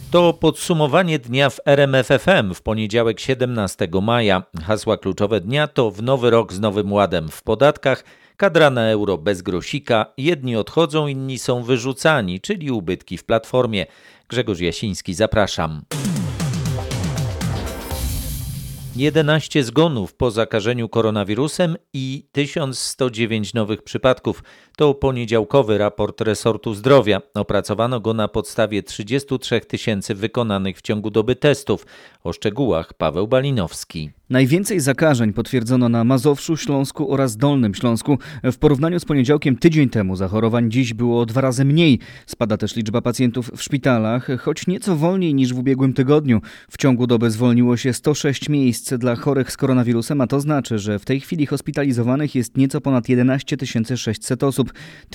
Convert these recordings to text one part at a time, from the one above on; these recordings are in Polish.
To podsumowanie dnia w RMF FM w poniedziałek 17 maja. Hasła kluczowe dnia to w nowy rok z nowym ładem w podatkach, kadra na euro bez grosika, jedni odchodzą, inni są wyrzucani, czyli ubytki w Platformie. Grzegorz Jasiński, zapraszam. 11 zgonów po zakażeniu koronawirusem i 1109 nowych przypadków. To poniedziałkowy raport resortu zdrowia. Opracowano go na podstawie 33 000 wykonanych w ciągu doby testów. O szczegółach Paweł Balinowski. Najwięcej zakażeń potwierdzono na Mazowszu, Śląsku oraz Dolnym Śląsku. W porównaniu z poniedziałkiem tydzień temu zachorowań dziś było 2 razy mniej. Spada też liczba pacjentów w szpitalach, choć nieco wolniej niż w ubiegłym tygodniu. W ciągu doby zwolniło się 106 miejsc dla chorych z koronawirusem, a to znaczy, że w tej chwili hospitalizowanych jest nieco ponad 11 600 osób.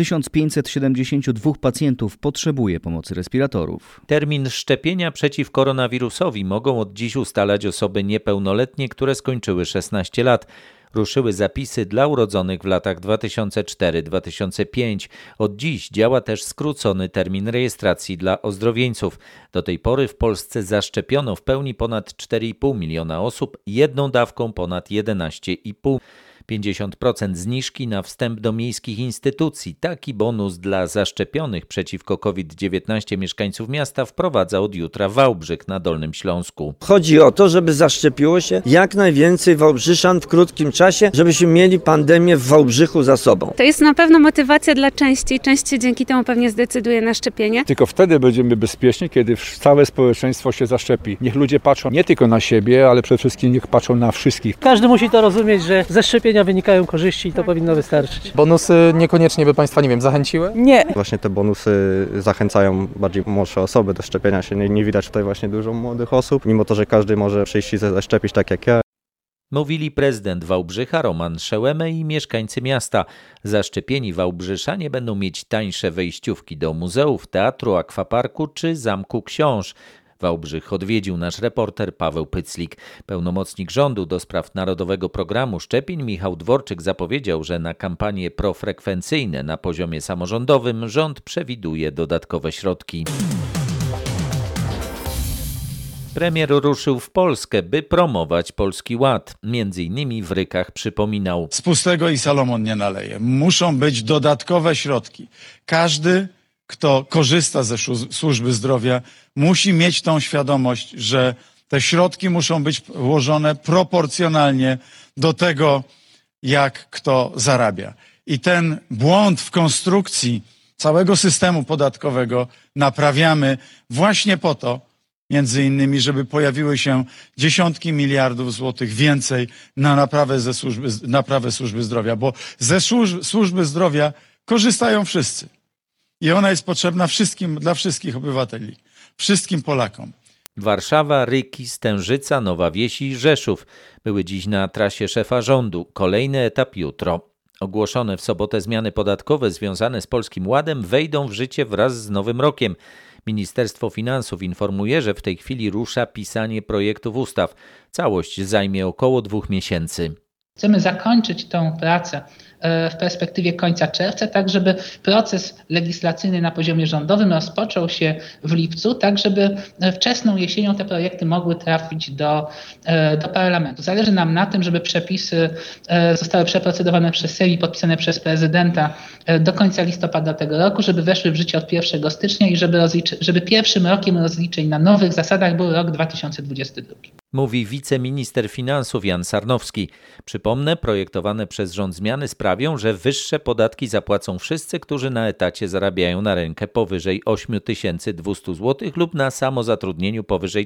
1572 pacjentów potrzebuje pomocy respiratorów. Termin szczepienia przeciw koronawirusowi mogą od dziś ustalać osoby niepełnoletnie, które skończyły 16 lat. Ruszyły zapisy dla urodzonych w latach 2004-2005. Od dziś działa też skrócony termin rejestracji dla ozdrowieńców. Do tej pory w Polsce zaszczepiono w pełni ponad 4,5 miliona osób, jedną dawką ponad 11,5. 50% zniżki na wstęp do miejskich instytucji. Taki bonus dla zaszczepionych przeciwko COVID-19 mieszkańców miasta wprowadza od jutra Wałbrzych na Dolnym Śląsku. Chodzi o to, żeby zaszczepiło się jak najwięcej Wałbrzyszan w krótkim czasie, żebyśmy mieli pandemię w Wałbrzychu za sobą. To jest na pewno motywacja dla części. Część się dzięki temu pewnie zdecyduje na szczepienie. Tylko wtedy będziemy bezpieczni, kiedy całe społeczeństwo się zaszczepi. Niech ludzie patrzą nie tylko na siebie, ale przede wszystkim niech patrzą na wszystkich. Każdy musi to rozumieć, że ze szczepienia wynikają korzyści i to powinno wystarczyć. Bonusy niekoniecznie by Państwa, zachęciły? Nie. Właśnie te bonusy zachęcają bardziej młodsze osoby do szczepienia się. Nie widać tutaj właśnie dużo młodych osób, mimo to, że każdy może przyjść i zaszczepić tak jak ja. Mówili prezydent Wałbrzycha Roman Szełemy i mieszkańcy miasta. Zaszczepieni Wałbrzyszanie będą mieć tańsze wejściówki do muzeów, teatru, akwaparku czy Zamku Książ. Wałbrzych odwiedził nasz reporter Paweł Pyclik. Pełnomocnik rządu do spraw Narodowego Programu Szczepień Michał Dworczyk zapowiedział, że na kampanie profrekwencyjne na poziomie samorządowym rząd przewiduje dodatkowe środki. Premier ruszył w Polskę, by promować Polski Ład. Między innymi w Rykach przypominał: z pustego i Salomon nie naleje. Muszą być dodatkowe środki. Każdy, kto korzysta ze służby zdrowia, musi mieć tą świadomość, że te środki muszą być ułożone proporcjonalnie do tego, jak kto zarabia. I ten błąd w konstrukcji całego systemu podatkowego naprawiamy właśnie po to, między innymi, żeby pojawiły się dziesiątki miliardów złotych więcej na naprawę służby zdrowia, bo ze służby zdrowia korzystają wszyscy. I ona jest potrzebna dla wszystkich obywateli, wszystkim Polakom. Warszawa, Ryki, Stężyca, Nowa Wieś i Rzeszów były dziś na trasie szefa rządu. Kolejny etap jutro. Ogłoszone w sobotę zmiany podatkowe związane z Polskim Ładem wejdą w życie wraz z Nowym Rokiem. Ministerstwo Finansów informuje, że w tej chwili rusza pisanie projektów ustaw. Całość zajmie około 2 miesięcy. Chcemy zakończyć tę pracę w perspektywie końca czerwca, tak żeby proces legislacyjny na poziomie rządowym rozpoczął się w lipcu, tak żeby wczesną jesienią te projekty mogły trafić do parlamentu. Zależy nam na tym, żeby przepisy zostały przeprocedowane przez Sejm i podpisane przez prezydenta do końca listopada tego roku, żeby weszły w życie od 1 stycznia i żeby pierwszym rokiem rozliczeń na nowych zasadach był rok 2022. Mówi wiceminister finansów Jan Sarnowski. Przypomnę, projektowane przez rząd zmiany sprawią, że wyższe podatki zapłacą wszyscy, którzy na etacie zarabiają na rękę powyżej 8200 zł lub na samozatrudnieniu powyżej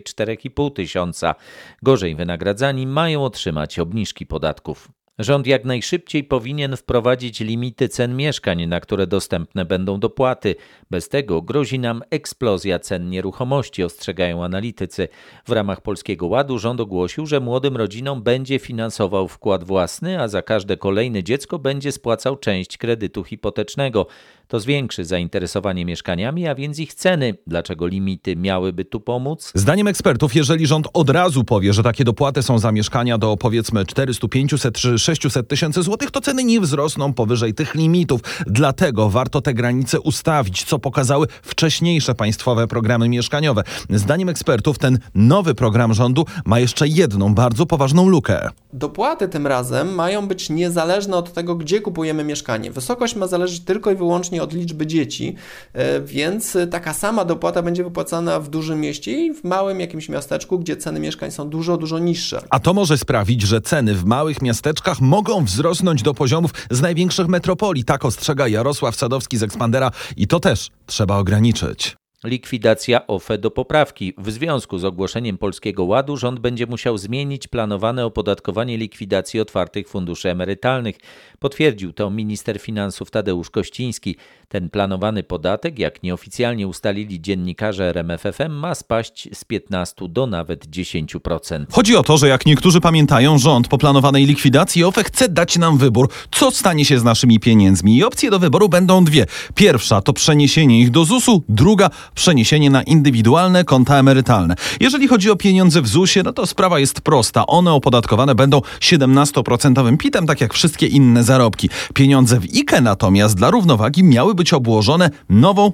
4500. Gorzej wynagradzani mają otrzymać obniżki podatków. Rząd jak najszybciej powinien wprowadzić limity cen mieszkań, na które dostępne będą dopłaty. Bez tego grozi nam eksplozja cen nieruchomości, ostrzegają analitycy. W ramach Polskiego Ładu rząd ogłosił, że młodym rodzinom będzie finansował wkład własny, a za każde kolejne dziecko będzie spłacał część kredytu hipotecznego. To zwiększy zainteresowanie mieszkaniami, a więc ich ceny. Dlaczego limity miałyby tu pomóc? Zdaniem ekspertów, jeżeli rząd od razu powie, że takie dopłaty są za mieszkania do powiedzmy 400, 500 czy 600 tysięcy złotych, to ceny nie wzrosną powyżej tych limitów. Dlatego warto te granice ustawić, co pokazały wcześniejsze państwowe programy mieszkaniowe. Zdaniem ekspertów ten nowy program rządu ma jeszcze jedną bardzo poważną lukę. Dopłaty tym razem mają być niezależne od tego, gdzie kupujemy mieszkanie. Wysokość ma zależeć tylko i wyłącznie od liczby dzieci, więc taka sama dopłata będzie wypłacana w dużym mieście i w małym jakimś miasteczku, gdzie ceny mieszkań są dużo, dużo niższe. A to może sprawić, że ceny w małych miasteczkach mogą wzrosnąć do poziomów z największych metropolii. Tak ostrzega Jarosław Sadowski z Expandera i to też trzeba ograniczyć. Likwidacja OFE do poprawki. W związku z ogłoszeniem Polskiego Ładu rząd będzie musiał zmienić planowane opodatkowanie likwidacji otwartych funduszy emerytalnych. Potwierdził to minister finansów Tadeusz Kościński. Ten planowany podatek, jak nieoficjalnie ustalili dziennikarze RMFFM, ma spaść z 15 do nawet 10%. Chodzi o to, że jak niektórzy pamiętają, rząd po planowanej likwidacji OFE chce dać nam wybór, co stanie się z naszymi pieniędzmi. I opcje do wyboru będą dwie. Pierwsza to przeniesienie ich do ZUS-u, druga przeniesienie na indywidualne konta emerytalne. Jeżeli chodzi o pieniądze w ZUS-ie, no to sprawa jest prosta. One opodatkowane będą 17% PIT-em, tak jak wszystkie inne zarobki. Pieniądze w IKE natomiast dla równowagi miały być obłożone nową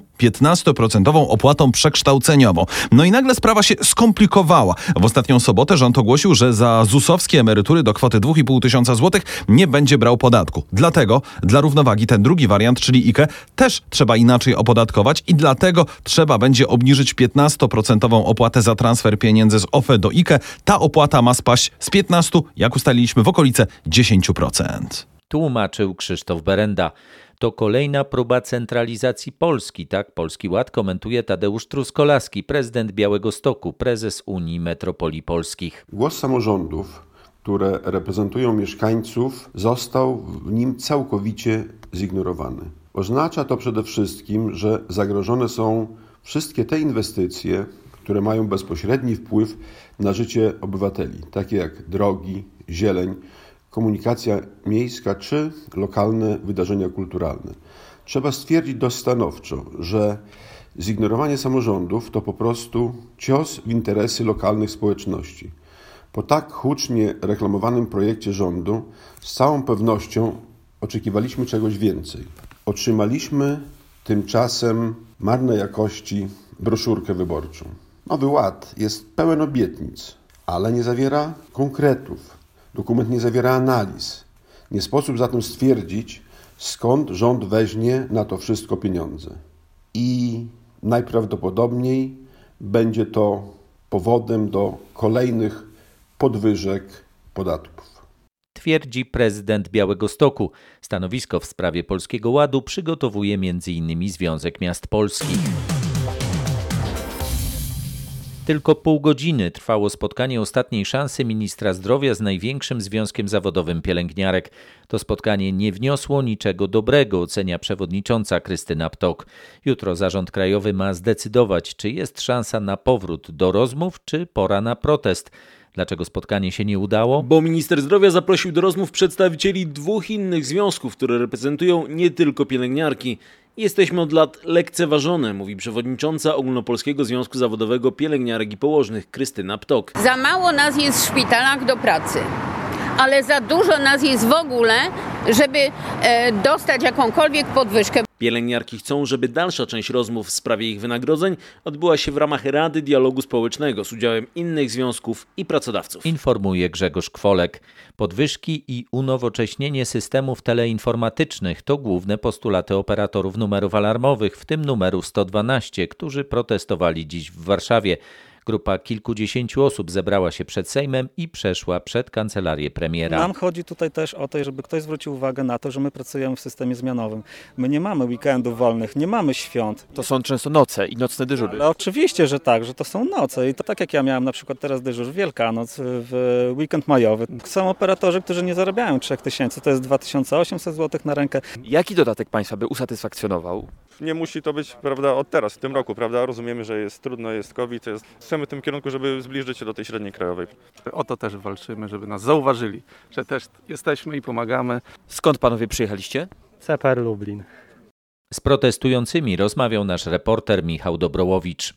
15% opłatą przekształceniową. No i nagle sprawa się skomplikowała. W ostatnią sobotę rząd ogłosił, że za ZUS-owskie emerytury do kwoty 2500 zł nie będzie brał podatku. Dlatego dla równowagi ten drugi wariant, czyli IKE, też trzeba inaczej opodatkować i dlatego trzeba będzie obniżyć 15% opłatę za transfer pieniędzy z OFE do IKE. Ta opłata ma spaść z 15%, jak ustaliliśmy, w okolice 10%. Tłumaczył Krzysztof Berenda. To kolejna próba centralizacji Polski, tak Polski Ład komentuje Tadeusz Truskolaski, prezydent Białegostoku, prezes Unii Metropolii Polskich. Głos samorządów, które reprezentują mieszkańców, został w nim całkowicie zignorowany. Oznacza to przede wszystkim, że zagrożone są wszystkie te inwestycje, które mają bezpośredni wpływ na życie obywateli, takie jak drogi, zieleń, komunikacja miejska czy lokalne wydarzenia kulturalne. Trzeba stwierdzić dość stanowczo, że zignorowanie samorządów to po prostu cios w interesy lokalnych społeczności. Po tak hucznie reklamowanym projekcie rządu z całą pewnością oczekiwaliśmy czegoś więcej. Otrzymaliśmy tymczasem marnej jakości broszurkę wyborczą. Nowy Ład jest pełen obietnic, ale nie zawiera konkretów. Dokument nie zawiera analiz. Nie sposób zatem stwierdzić, skąd rząd weźmie na to wszystko pieniądze. I najprawdopodobniej będzie to powodem do kolejnych podwyżek podatków. Twierdzi prezydent Białegostoku. Stanowisko w sprawie Polskiego Ładu przygotowuje m.in. Związek Miast Polskich. Tylko pół godziny trwało spotkanie ostatniej szansy ministra zdrowia z największym związkiem zawodowym pielęgniarek. To spotkanie nie wniosło niczego dobrego, ocenia przewodnicząca Krystyna Ptok. Jutro Zarząd Krajowy ma zdecydować, czy jest szansa na powrót do rozmów, czy pora na protest. Dlaczego spotkanie się nie udało? Bo minister zdrowia zaprosił do rozmów przedstawicieli dwóch innych związków, które reprezentują nie tylko pielęgniarki. Jesteśmy od lat lekceważone, mówi przewodnicząca Ogólnopolskiego Związku Zawodowego Pielęgniarek i Położnych Krystyna Ptok. Za mało nas jest w szpitalach do pracy, ale za dużo nas jest w ogóle, żeby dostać jakąkolwiek podwyżkę. Pielęgniarki chcą, żeby dalsza część rozmów w sprawie ich wynagrodzeń odbyła się w ramach Rady Dialogu Społecznego z udziałem innych związków i pracodawców. Informuje Grzegorz Kwolek. Podwyżki i unowocześnienie systemów teleinformatycznych to główne postulaty operatorów numerów alarmowych, w tym numeru 112, którzy protestowali dziś w Warszawie. Grupa kilkudziesięciu osób zebrała się przed Sejmem i przeszła przed kancelarię premiera. Nam chodzi tutaj też o to, żeby ktoś zwrócił uwagę na to, że my pracujemy w systemie zmianowym. My nie mamy weekendów wolnych, nie mamy świąt. To są często noce i nocne dyżury. Ale oczywiście, że tak, że to są noce. I to tak jak ja miałem na przykład teraz dyżur w Wielkanoc, w weekend majowy. Są operatorzy, którzy nie zarabiają 3000, to jest 2800 zł na rękę. Jaki dodatek państwa by usatysfakcjonował? Nie musi to być, prawda, od teraz, w tym roku, prawda? Rozumiemy, że jest trudno, jest COVID, chcemy w tym kierunku, żeby zbliżyć się do tej średniej krajowej. O to też walczymy, żeby nas zauważyli, że też jesteśmy i pomagamy. Skąd panowie przyjechaliście? CPR Lublin. Z protestującymi rozmawiał nasz reporter Michał Dobrołowicz.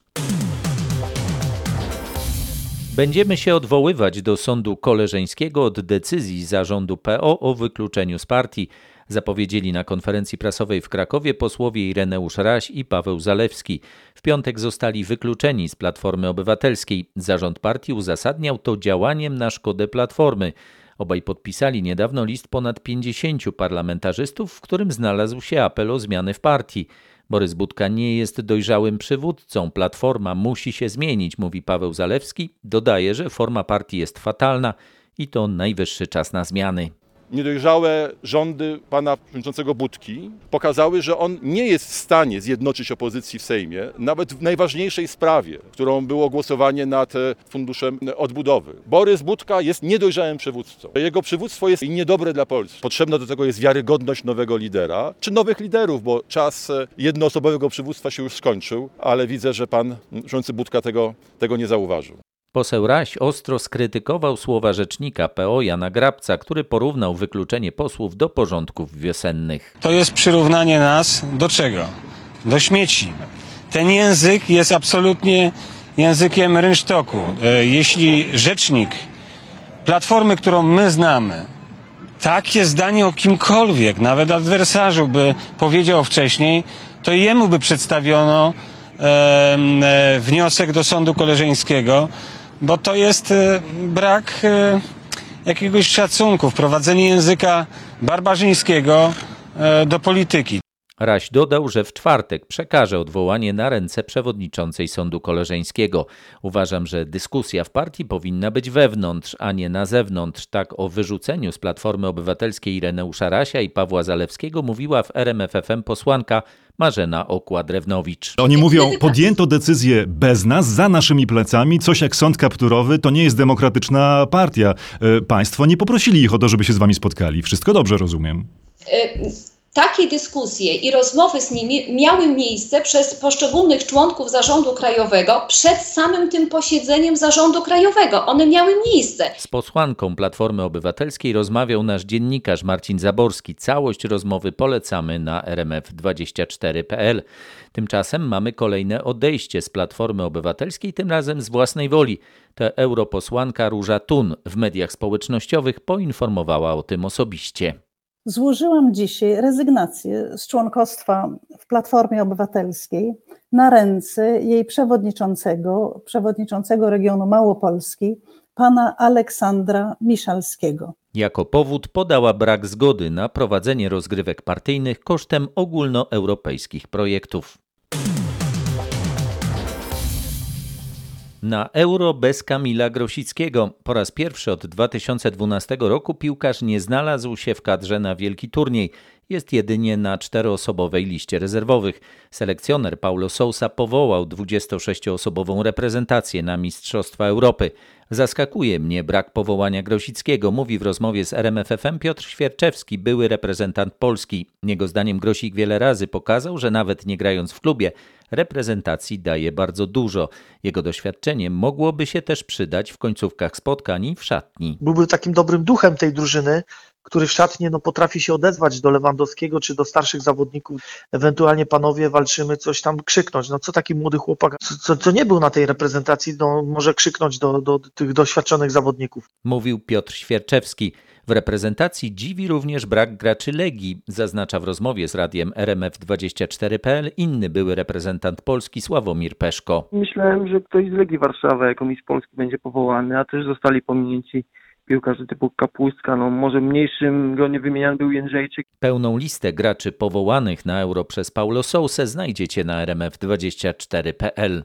Będziemy się odwoływać do sądu koleżeńskiego od decyzji zarządu PO o wykluczeniu z partii, zapowiedzieli na konferencji prasowej w Krakowie posłowie Ireneusz Raś i Paweł Zalewski. W piątek zostali wykluczeni z Platformy Obywatelskiej. Zarząd partii uzasadniał to działaniem na szkodę Platformy. Obaj podpisali niedawno list ponad 50 parlamentarzystów, w którym znalazł się apel o zmiany w partii. Borys Budka nie jest dojrzałym przywódcą. Platforma musi się zmienić, mówi Paweł Zalewski. Dodaje, że forma partii jest fatalna i to najwyższy czas na zmiany. Niedojrzałe rządy pana przewodniczącego Budki pokazały, że on nie jest w stanie zjednoczyć opozycji w Sejmie, nawet w najważniejszej sprawie, którą było głosowanie nad Funduszem Odbudowy. Borys Budka jest niedojrzałym przywódcą. Jego przywództwo jest niedobre dla Polski. Potrzebna do tego jest wiarygodność nowego lidera, czy nowych liderów, bo czas jednoosobowego przywództwa się już skończył, ale widzę, że pan przewodniczący Budka tego nie zauważył. Poseł Raś ostro skrytykował słowa rzecznika PO Jana Grabca, który porównał wykluczenie posłów do porządków wiosennych. To jest przyrównanie nas do czego? Do śmieci. Ten język jest absolutnie językiem rynsztoku. Jeśli rzecznik Platformy, którą my znamy, takie zdanie o kimkolwiek, nawet adwersarzu by powiedział wcześniej, to jemu by przedstawiono wniosek do sądu koleżeńskiego, bo to jest brak jakiegoś szacunku, wprowadzenie języka barbarzyńskiego do polityki. Raś dodał, że w czwartek przekaże odwołanie na ręce przewodniczącej Sądu Koleżeńskiego. Uważam, że dyskusja w partii powinna być wewnątrz, a nie na zewnątrz. Tak o wyrzuceniu z Platformy Obywatelskiej Ireneusza Rasia i Pawła Zalewskiego mówiła w RMF FM posłanka Marzena Okła-Drewnowicz. Oni mówią, podjęto decyzję bez nas, za naszymi plecami, coś jak sąd kapturowy, to nie jest demokratyczna partia. Państwo nie poprosili ich o to, żeby się z wami spotkali. Wszystko dobrze rozumiem. Takie dyskusje i rozmowy z nimi miały miejsce przez poszczególnych członków Zarządu Krajowego przed samym tym posiedzeniem Zarządu Krajowego. One miały miejsce. Z posłanką Platformy Obywatelskiej rozmawiał nasz dziennikarz Marcin Zaborski. Całość rozmowy polecamy na rmf24.pl. Tymczasem mamy kolejne odejście z Platformy Obywatelskiej, tym razem z własnej woli. To europosłanka Róża Thun w mediach społecznościowych poinformowała o tym osobiście. Złożyłam dzisiaj rezygnację z członkostwa w Platformie Obywatelskiej na ręce jej przewodniczącego regionu Małopolski, pana Aleksandra Miszalskiego. Jako powód podała brak zgody na prowadzenie rozgrywek partyjnych kosztem ogólnoeuropejskich projektów. Na Euro bez Kamila Grosickiego. Po raz pierwszy od 2012 roku piłkarz nie znalazł się w kadrze na wielki turniej. Jest jedynie na 4-osobowej liście rezerwowych. Selekcjoner Paulo Sousa powołał 26-osobową reprezentację na Mistrzostwa Europy. Zaskakuje mnie brak powołania Grosickiego, mówi w rozmowie z RMF FM Piotr Świerczewski, były reprezentant Polski. Jego zdaniem Grosik wiele razy pokazał, że nawet nie grając w klubie, reprezentacji daje bardzo dużo. Jego doświadczenie mogłoby się też przydać w końcówkach spotkań i w szatni. Byłby takim dobrym duchem tej drużyny, który w szatni potrafi się odezwać do Lewandowskiego czy do starszych zawodników. Ewentualnie panowie walczymy, coś tam krzyknąć. Co taki młody chłopak, co nie był na tej reprezentacji, może krzyknąć do tych doświadczonych zawodników. Mówił Piotr Świerczewski. W reprezentacji dziwi również brak graczy Legii, zaznacza w rozmowie z radiem RMF24.pl inny były reprezentant Polski Sławomir Peszko. Myślałem, że ktoś z Legii Warszawa jako mistrz Polski będzie powołany, a też zostali pominięci piłkarze typu Kapustka, może mniejszym gronie wymieniany był Jędrzejczyk. Pełną listę graczy powołanych na Euro przez Paulo Sousę znajdziecie na rmf24.pl.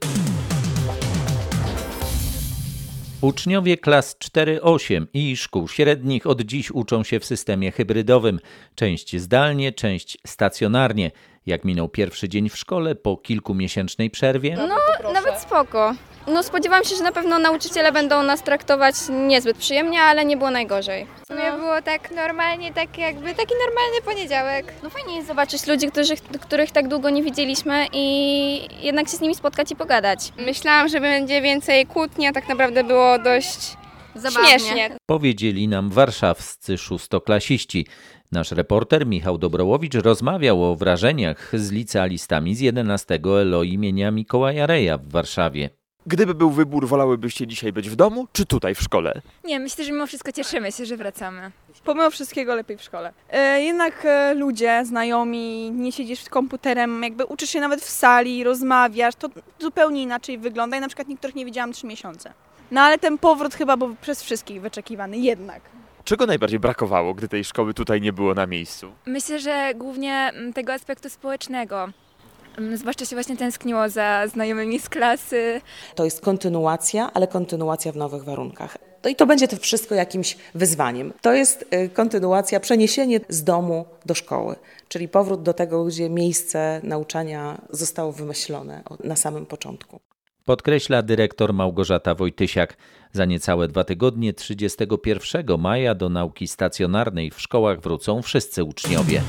Uczniowie klas 4-8 i szkół średnich od dziś uczą się w systemie hybrydowym. Część zdalnie, część stacjonarnie. Jak minął pierwszy dzień w szkole po kilkumiesięcznej przerwie? Nawet spoko. Spodziewałam się, że na pewno nauczyciele będą nas traktować niezbyt przyjemnie, ale nie było najgorzej. W sumie było tak normalnie, taki normalny poniedziałek. Fajnie jest zobaczyć ludzi, których tak długo nie widzieliśmy i jednak się z nimi spotkać i pogadać. Myślałam, że będzie więcej kłótni, a tak naprawdę było dość Zabawnie. Śmiesznie. Powiedzieli nam warszawscy szóstoklasiści. Nasz reporter Michał Dobrołowicz rozmawiał o wrażeniach z licealistami z 11 LO imienia Mikołaja Reja w Warszawie. Gdyby był wybór, wolałybyście dzisiaj być w domu, czy tutaj w szkole? Nie, myślę, że mimo wszystko cieszymy się, że wracamy. Pomimo wszystkiego lepiej w szkole. Jednak ludzie, znajomi, nie siedzisz z komputerem, jakby uczysz się nawet w sali, rozmawiasz, to zupełnie inaczej wygląda i na przykład niektórych nie widziałam 3 miesiące. No ale ten powrót chyba był przez wszystkich wyczekiwany, jednak. Czego najbardziej brakowało, gdy tej szkoły tutaj nie było na miejscu? Myślę, że głównie tego aspektu społecznego. Zwłaszcza się właśnie tęskniło za znajomymi z klasy. To jest kontynuacja, ale kontynuacja w nowych warunkach. No i to będzie to wszystko jakimś wyzwaniem. To jest kontynuacja, przeniesienie z domu do szkoły, czyli powrót do tego, gdzie miejsce nauczania zostało wymyślone na samym początku. Podkreśla dyrektor Małgorzata Wojtysiak. Za niecałe 2 tygodnie, 31 maja, do nauki stacjonarnej w szkołach wrócą wszyscy uczniowie.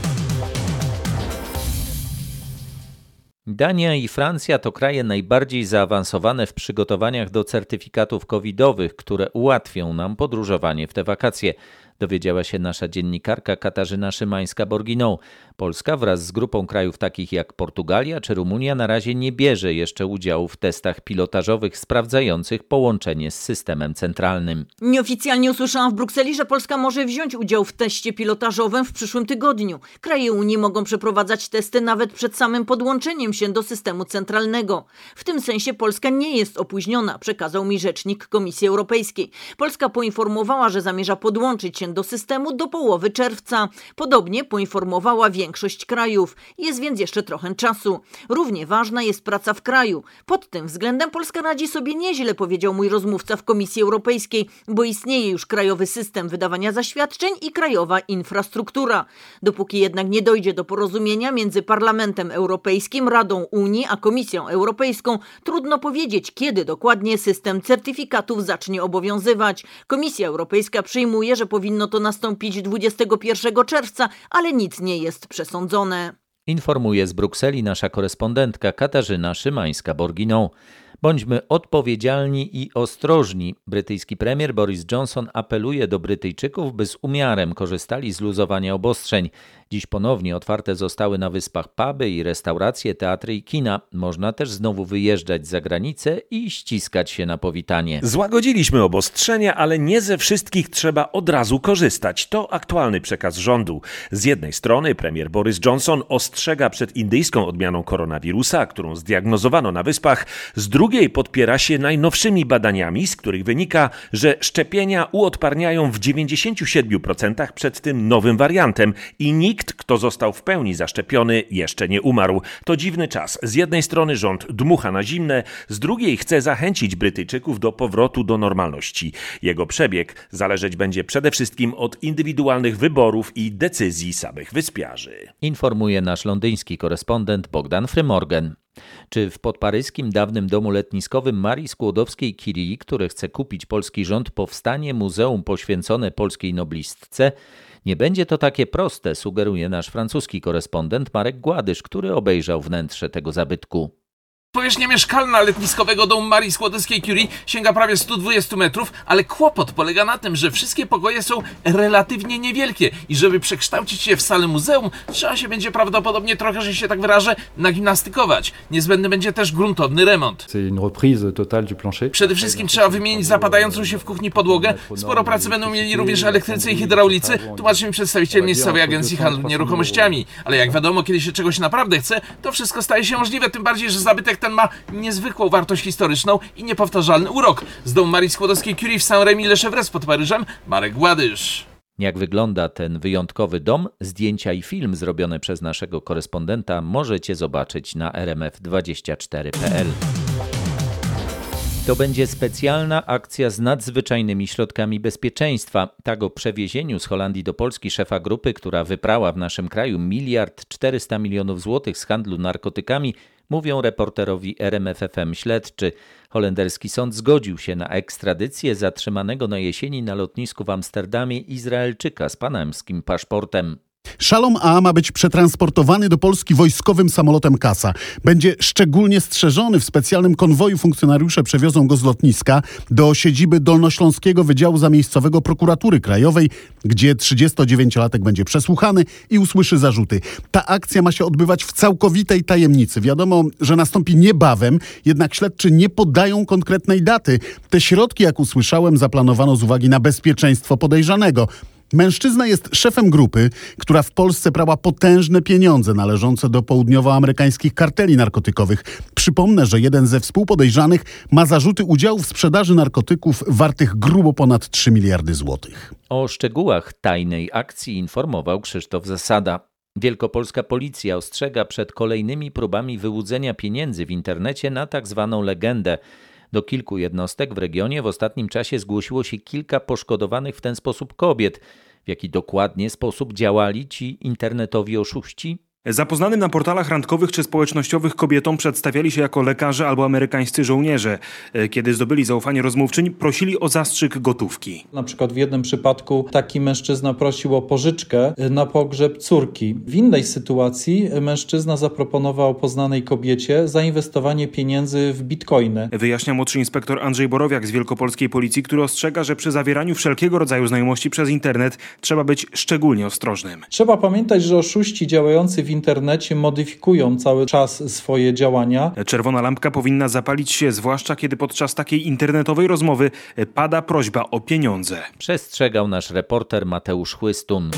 Dania i Francja to kraje najbardziej zaawansowane w przygotowaniach do certyfikatów covidowych, które ułatwią nam podróżowanie w te wakacje. Dowiedziała się nasza dziennikarka Katarzyna Szymańska-Borginą. Polska wraz z grupą krajów takich jak Portugalia czy Rumunia na razie nie bierze jeszcze udziału w testach pilotażowych sprawdzających połączenie z systemem centralnym. Nieoficjalnie usłyszałam w Brukseli, że Polska może wziąć udział w teście pilotażowym w przyszłym tygodniu. Kraje Unii mogą przeprowadzać testy nawet przed samym podłączeniem się do systemu centralnego. W tym sensie Polska nie jest opóźniona, przekazał mi rzecznik Komisji Europejskiej. Polska poinformowała, że zamierza podłączyć się do systemu do połowy czerwca. Podobnie poinformowała większość krajów. Jest więc jeszcze trochę czasu. Równie ważna jest praca w kraju. Pod tym względem Polska radzi sobie nieźle, powiedział mój rozmówca w Komisji Europejskiej, bo istnieje już krajowy system wydawania zaświadczeń i krajowa infrastruktura. Dopóki jednak nie dojdzie do porozumienia między Parlamentem Europejskim, Radą Unii a Komisją Europejską, trudno powiedzieć, kiedy dokładnie system certyfikatów zacznie obowiązywać. Komisja Europejska przyjmuje, że powinno to nastąpić 21 czerwca, ale nic nie jest przesądzone. Informuje z Brukseli nasza korespondentka Katarzyna Szymańska-Borginą. Bądźmy odpowiedzialni i ostrożni. Brytyjski premier Boris Johnson apeluje do Brytyjczyków, by z umiarem korzystali z luzowania obostrzeń. Dziś ponownie otwarte zostały na wyspach puby i restauracje, teatry i kina. Można też znowu wyjeżdżać za granicę i ściskać się na powitanie. Złagodziliśmy obostrzenia, ale nie ze wszystkich trzeba od razu korzystać. To aktualny przekaz rządu. Z jednej strony premier Boris Johnson ostrzega przed indyjską odmianą koronawirusa, którą zdiagnozowano na wyspach. Z drugiej podpiera się najnowszymi badaniami, z których wynika, że szczepienia uodparniają w 97% przed tym nowym wariantem i nikt, kto został w pełni zaszczepiony, jeszcze nie umarł. To dziwny czas. Z jednej strony rząd dmucha na zimne, z drugiej chce zachęcić Brytyjczyków do powrotu do normalności. Jego przebieg zależeć będzie przede wszystkim od indywidualnych wyborów i decyzji samych wyspiarzy. Informuje nasz londyński korespondent Bogdan Frymorgan. Czy w podparyskim dawnym domu letniskowym Marii Skłodowskiej-Curie, które chce kupić polski rząd, powstanie muzeum poświęcone polskiej noblistce? Nie będzie to takie proste, sugeruje nasz francuski korespondent Marek Gładysz, który obejrzał wnętrze tego zabytku. Powierzchnia mieszkalna letniskowego domu Marii Skłodowskiej-Curie sięga prawie 120 metrów, ale kłopot polega na tym, że wszystkie pokoje są relatywnie niewielkie i żeby przekształcić je w salę muzeum, trzeba się będzie prawdopodobnie trochę, że się tak wyrażę, nagimnastykować. Niezbędny będzie też gruntowny remont. Przede wszystkim trzeba wymienić zapadającą się w kuchni podłogę. Sporo pracy będą mieli również elektrycy i hydraulicy, tłumaczy mi przedstawiciel miejscowej agencji handlu nieruchomościami. Ale jak wiadomo, kiedy się czegoś naprawdę chce, to wszystko staje się możliwe, tym bardziej, że zabytek ten ma niezwykłą wartość historyczną i niepowtarzalny urok. Z domu Marii Skłodowskiej-Curie w Saint-Rémy-le-Chevresse pod Paryżem, Marek Gładysz. Jak wygląda ten wyjątkowy dom? Zdjęcia i film zrobione przez naszego korespondenta możecie zobaczyć na rmf24.pl. To będzie specjalna akcja z nadzwyczajnymi środkami bezpieczeństwa. Tak o przewiezieniu z Holandii do Polski szefa grupy, która wyprała w naszym kraju 1,4 mld złotych z handlu narkotykami, mówią reporterowi RMF FM śledczy. Holenderski sąd zgodził się na ekstradycję zatrzymanego na jesieni na lotnisku w Amsterdamie Izraelczyka z panamskim paszportem. Shalom A ma być przetransportowany do Polski wojskowym samolotem Kasa. Będzie szczególnie strzeżony. W specjalnym konwoju funkcjonariusze przewiozą go z lotniska do siedziby Dolnośląskiego Wydziału Zamiejscowego Prokuratury Krajowej, gdzie 39-latek będzie przesłuchany i usłyszy zarzuty. Ta akcja ma się odbywać w całkowitej tajemnicy. Wiadomo, że nastąpi niebawem, jednak śledczy nie podają konkretnej daty. Te środki, jak usłyszałem, zaplanowano z uwagi na bezpieczeństwo podejrzanego. Mężczyzna jest szefem grupy, która w Polsce prała potężne pieniądze należące do południowoamerykańskich karteli narkotykowych. Przypomnę, że jeden ze współpodejrzanych ma zarzuty udziału w sprzedaży narkotyków wartych grubo ponad 3 miliardy złotych. O szczegółach tajnej akcji informował Krzysztof Zasada. Wielkopolska policja ostrzega przed kolejnymi próbami wyłudzenia pieniędzy w internecie na tak zwaną legendę. Do kilku jednostek w regionie w ostatnim czasie zgłosiło się kilka poszkodowanych w ten sposób kobiet. W jaki dokładnie sposób działali ci internetowi oszuści? Zapoznanym na portalach randkowych czy społecznościowych kobietom przedstawiali się jako lekarze albo amerykańscy żołnierze. Kiedy zdobyli zaufanie rozmówczyń, prosili o zastrzyk gotówki. Na przykład w jednym przypadku taki mężczyzna prosił o pożyczkę na pogrzeb córki. W innej sytuacji mężczyzna zaproponował poznanej kobiecie zainwestowanie pieniędzy w bitcoiny. Wyjaśnia młodszy inspektor Andrzej Borowiak z Wielkopolskiej Policji, który ostrzega, że przy zawieraniu wszelkiego rodzaju znajomości przez internet trzeba być szczególnie ostrożnym. Trzeba pamiętać, że oszuści działający w internecie modyfikują cały czas swoje działania. Czerwona lampka powinna zapalić się, zwłaszcza kiedy podczas takiej internetowej rozmowy pada prośba o pieniądze. Przestrzegał nasz reporter Mateusz Chłystun.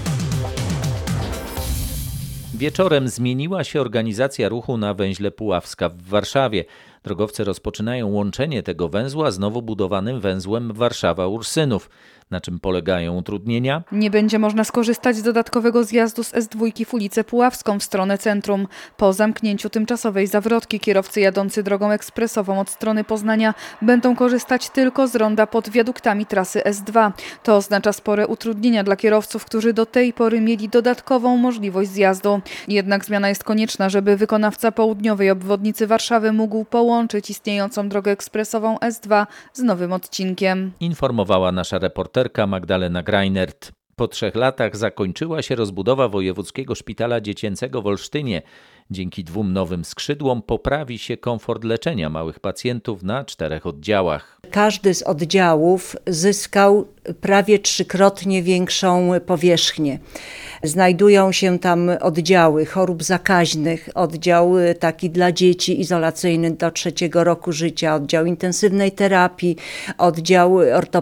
Wieczorem zmieniła się organizacja ruchu na węźle Puławska w Warszawie. Drogowcy rozpoczynają łączenie tego węzła z nowo budowanym węzłem Warszawa-Ursynów. Na czym polegają utrudnienia? Nie będzie można skorzystać z dodatkowego zjazdu z S2 w ulicę Puławską w stronę centrum. Po zamknięciu tymczasowej zawrotki kierowcy jadący drogą ekspresową od strony Poznania będą korzystać tylko z ronda pod wiaduktami trasy S2. To oznacza spore utrudnienia dla kierowców, którzy do tej pory mieli dodatkową możliwość zjazdu. Jednak zmiana jest konieczna, żeby wykonawca południowej obwodnicy Warszawy mógł połączyć istniejącą drogę ekspresową S2 z nowym odcinkiem. Informowała nasza reporterka Magdalena Greinert. Po 3 latach zakończyła się rozbudowa Wojewódzkiego Szpitala Dziecięcego w Olsztynie. Dzięki 2 nowym skrzydłom poprawi się komfort leczenia małych pacjentów na 4 oddziałach. Każdy z oddziałów zyskał prawie 3-krotnie większą powierzchnię. Znajdują się tam oddziały chorób zakaźnych, oddział taki dla dzieci izolacyjny do 3. roku życia, oddział intensywnej terapii, oddział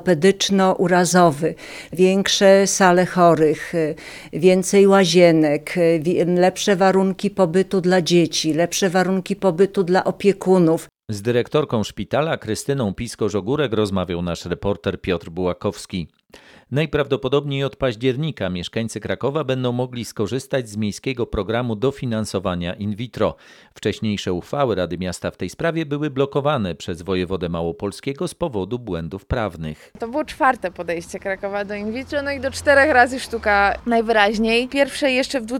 ortopedyczno-urazowy, większe sale chorych, więcej łazienek, lepsze warunki pobytu dla dzieci, lepsze warunki pobytu dla opiekunów. Z dyrektorką szpitala Krystyną Pisko-Żogórek rozmawiał nasz reporter Piotr Bułakowski. Najprawdopodobniej od października mieszkańcy Krakowa będą mogli skorzystać z miejskiego programu dofinansowania in vitro. Wcześniejsze uchwały Rady Miasta w tej sprawie były blokowane przez wojewodę małopolskiego z powodu błędów prawnych. To było 4. podejście Krakowa do in vitro, no i do 4 razy sztuka najwyraźniej. Pierwsze jeszcze w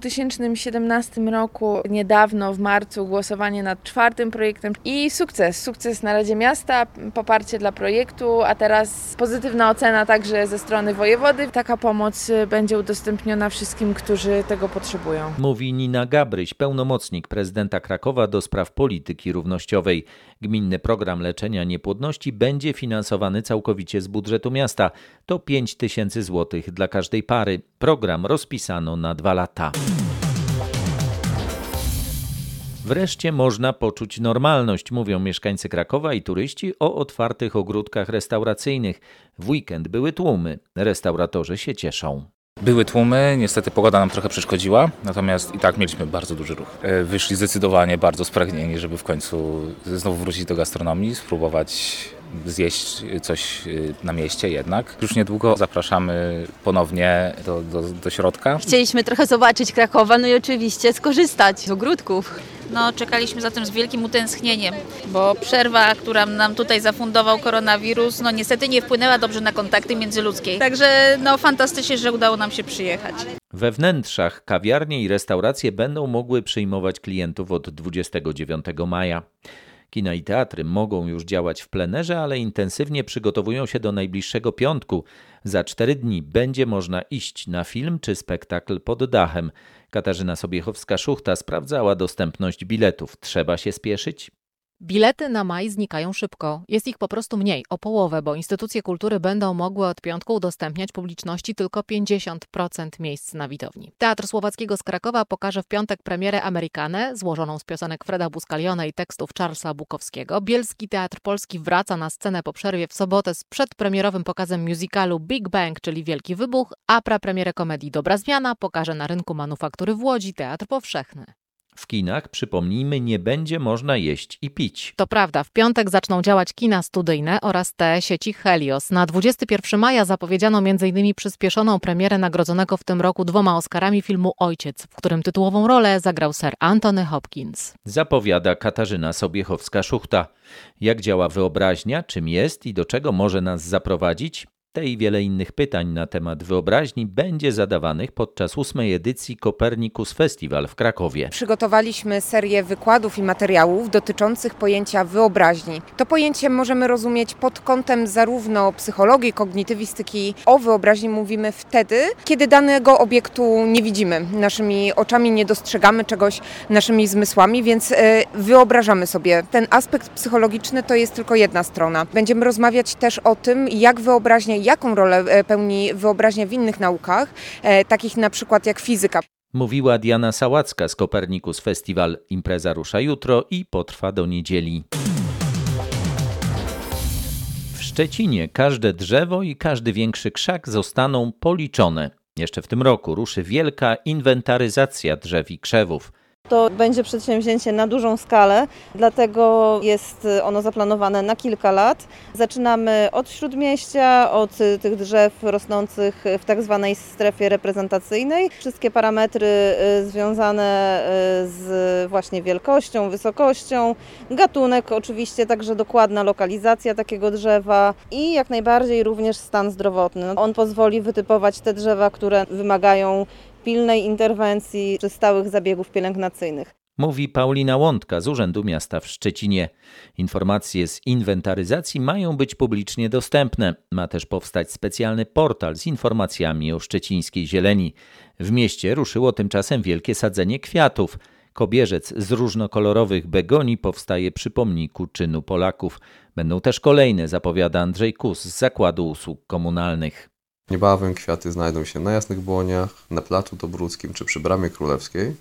2017 roku, niedawno w marcu, głosowanie nad 4. projektem i sukces na Radzie Miasta, poparcie dla projektu, a teraz pozytywna ocena także ze strony wojewody. Taka pomoc będzie udostępniona wszystkim, którzy tego potrzebują. Mówi Nina Gabryś, pełnomocnik prezydenta Krakowa do spraw polityki równościowej. Gminny program leczenia niepłodności będzie finansowany całkowicie z budżetu miasta. To 5 000 złotych dla każdej pary. Program rozpisano na 2 lata. Wreszcie można poczuć normalność, mówią mieszkańcy Krakowa i turyści o otwartych ogródkach restauracyjnych. W weekend były tłumy. Restauratorzy się cieszą. Były tłumy, niestety pogoda nam trochę przeszkodziła, natomiast i tak mieliśmy bardzo duży ruch. Wyszli zdecydowanie bardzo spragnieni, żeby w końcu znowu wrócić do gastronomii, spróbować zjeść coś na mieście jednak. Już niedługo zapraszamy ponownie do środka. Chcieliśmy trochę zobaczyć Krakowa, no i oczywiście skorzystać z ogródków. No, czekaliśmy za tym z wielkim utęsknieniem, bo przerwa, która nam tutaj zafundował koronawirus, no niestety nie wpłynęła dobrze na kontakty międzyludzkie. Także no fantastycznie, że udało nam się przyjechać. We wnętrzach kawiarnie i restauracje będą mogły przyjmować klientów od 29 maja. Kina i teatry mogą już działać w plenerze, ale intensywnie przygotowują się do najbliższego piątku. Za 4 dni będzie można iść na film czy spektakl pod dachem. Katarzyna Sobiechowska-Szuchta sprawdzała dostępność biletów. Trzeba się spieszyć? Bilety na maj znikają szybko. Jest ich po prostu mniej, o połowę, bo instytucje kultury będą mogły od piątku udostępniać publiczności tylko 50% miejsc na widowni. Teatr Słowackiego z Krakowa pokaże w piątek premierę Amerykanę, złożoną z piosenek Freda Buscaliona i tekstów Charlesa Bukowskiego. Bielski Teatr Polski wraca na scenę po przerwie w sobotę z przedpremierowym pokazem musicalu Big Bang, czyli Wielki Wybuch, a prapremierę komedii Dobra Zmiana pokaże na rynku Manufaktury w Łodzi Teatr Powszechny. W kinach, przypomnijmy, nie będzie można jeść i pić. To prawda, w piątek zaczną działać kina studyjne oraz te sieci Helios. Na 21 maja zapowiedziano m.in. przyspieszoną premierę nagrodzonego w tym roku 2 Oscarami filmu Ojciec, w którym tytułową rolę zagrał Sir Anthony Hopkins. Zapowiada Katarzyna Sobiechowska-Szuchta. Jak działa wyobraźnia, czym jest i do czego może nas zaprowadzić? Te i wiele innych pytań na temat wyobraźni będzie zadawanych podczas 8. edycji Copernicus Festival w Krakowie. Przygotowaliśmy serię wykładów i materiałów dotyczących pojęcia wyobraźni. To pojęcie możemy rozumieć pod kątem zarówno psychologii, kognitywistyki. O wyobraźni mówimy wtedy, kiedy danego obiektu nie widzimy. Naszymi oczami nie dostrzegamy czegoś naszymi zmysłami, więc wyobrażamy sobie. Ten aspekt psychologiczny to jest tylko jedna strona. Będziemy rozmawiać też o tym, jaką rolę pełni wyobraźnia w innych naukach, takich na przykład jak fizyka. Mówiła Diana Sałacka z Copernicus Festival. Impreza rusza jutro i potrwa do niedzieli. W Szczecinie każde drzewo i każdy większy krzak zostaną policzone. Jeszcze w tym roku ruszy wielka inwentaryzacja drzew i krzewów. To będzie przedsięwzięcie na dużą skalę, dlatego jest ono zaplanowane na kilka lat. Zaczynamy od Śródmieścia, od tych drzew rosnących w tak zwanej strefie reprezentacyjnej. Wszystkie parametry związane z właśnie wielkością, wysokością, gatunek oczywiście, także dokładna lokalizacja takiego drzewa i jak najbardziej również stan zdrowotny. On pozwoli wytypować te drzewa, które wymagają pilnej interwencji czy stałych zabiegów pielęgnacyjnych. Mówi Paulina Łądka z Urzędu Miasta w Szczecinie. Informacje z inwentaryzacji mają być publicznie dostępne. Ma też powstać specjalny portal z informacjami o szczecińskiej zieleni. W mieście ruszyło tymczasem wielkie sadzenie kwiatów. Kobierzec z różnokolorowych begonii powstaje przy pomniku czynu Polaków. Będą też kolejne, zapowiada Andrzej Kus z Zakładu Usług Komunalnych. Niebawem kwiaty znajdą się na Jasnych Błoniach, na Placu Dobruckim czy przy Bramie Królewskiej.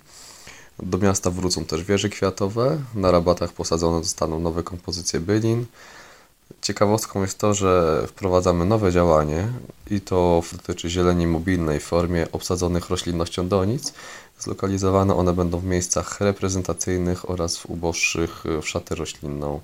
Do miasta wrócą też wieże kwiatowe, na rabatach posadzone zostaną nowe kompozycje bylin. Ciekawostką jest to, że wprowadzamy nowe działanie i to dotyczy zieleni mobilnej w formie obsadzonych roślinnością donic. Zlokalizowane one będą w miejscach reprezentacyjnych oraz w uboższych w szatę roślinną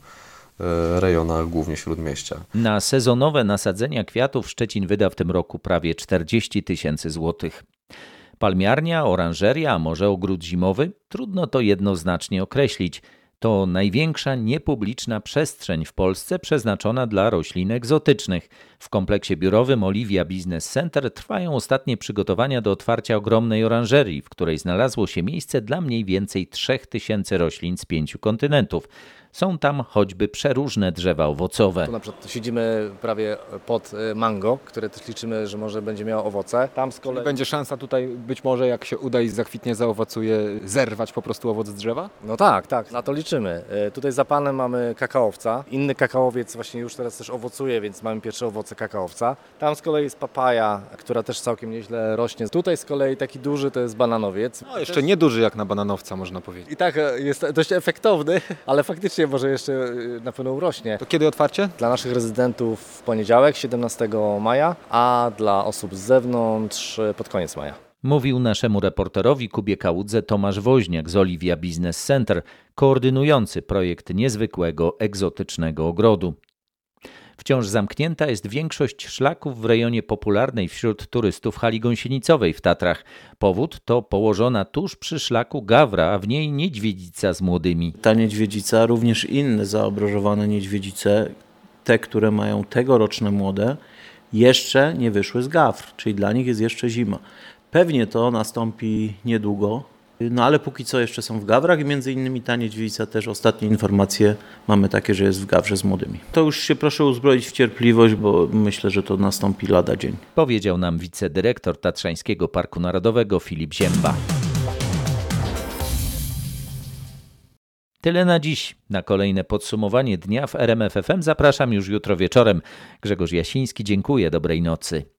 rejonach, głównie Śródmieścia. Na sezonowe nasadzenia kwiatów Szczecin wyda w tym roku prawie 40 000 złotych. Palmiarnia, oranżeria, a może ogród zimowy? Trudno to jednoznacznie określić. To największa niepubliczna przestrzeń w Polsce przeznaczona dla roślin egzotycznych. W kompleksie biurowym Olivia Business Center trwają ostatnie przygotowania do otwarcia ogromnej oranżerii, w której znalazło się miejsce dla mniej więcej 3000 roślin z 5 kontynentów. Są tam choćby przeróżne drzewa owocowe. Tu na przykład siedzimy prawie pod mango, które też liczymy, że może będzie miało owoce. Tam z kolei będzie szansa tutaj być może, jak się uda i zakwitnie, zaowocuje, zerwać po prostu owoc z drzewa? No tak, na to liczymy. Tutaj za panem mamy kakaowca. Inny kakaowiec właśnie już teraz też owocuje, więc mamy pierwsze owoce kakaowca. Tam z kolei jest papaja, która też całkiem nieźle rośnie. Tutaj z kolei taki duży to jest bananowiec. No jeszcze nie duży jak na bananowca, można powiedzieć. I tak jest dość efektowny, ale faktycznie może jeszcze na pewno urośnie. To kiedy otwarcie? Dla naszych rezydentów w poniedziałek, 17 maja, a dla osób z zewnątrz pod koniec maja. Mówił naszemu reporterowi Kubie Kałudze Tomasz Woźniak z Olivia Business Center, koordynujący projekt niezwykłego, egzotycznego ogrodu. Wciąż zamknięta jest większość szlaków w rejonie popularnej wśród turystów hali gąsienicowej w Tatrach. Powód to położona tuż przy szlaku gawra, a w niej niedźwiedzica z młodymi. Ta niedźwiedzica, również inne zaobrożowane niedźwiedzice, te, które mają tegoroczne młode, jeszcze nie wyszły z gawr, czyli dla nich jest jeszcze zima. Pewnie to nastąpi niedługo, No ale póki co jeszcze są w Gawrach i między innymi ta niedźwiedzica też ostatnie informacje mamy takie, że jest w Gawrze z młodymi. To już się proszę uzbroić w cierpliwość, bo myślę, że to nastąpi lada dzień. Powiedział nam wicedyrektor Tatrzańskiego Parku Narodowego Filip Zięba. Tyle na dziś. Na kolejne podsumowanie dnia w RMF FM zapraszam już jutro wieczorem. Grzegorz Jasiński, dziękuję. Dobrej nocy.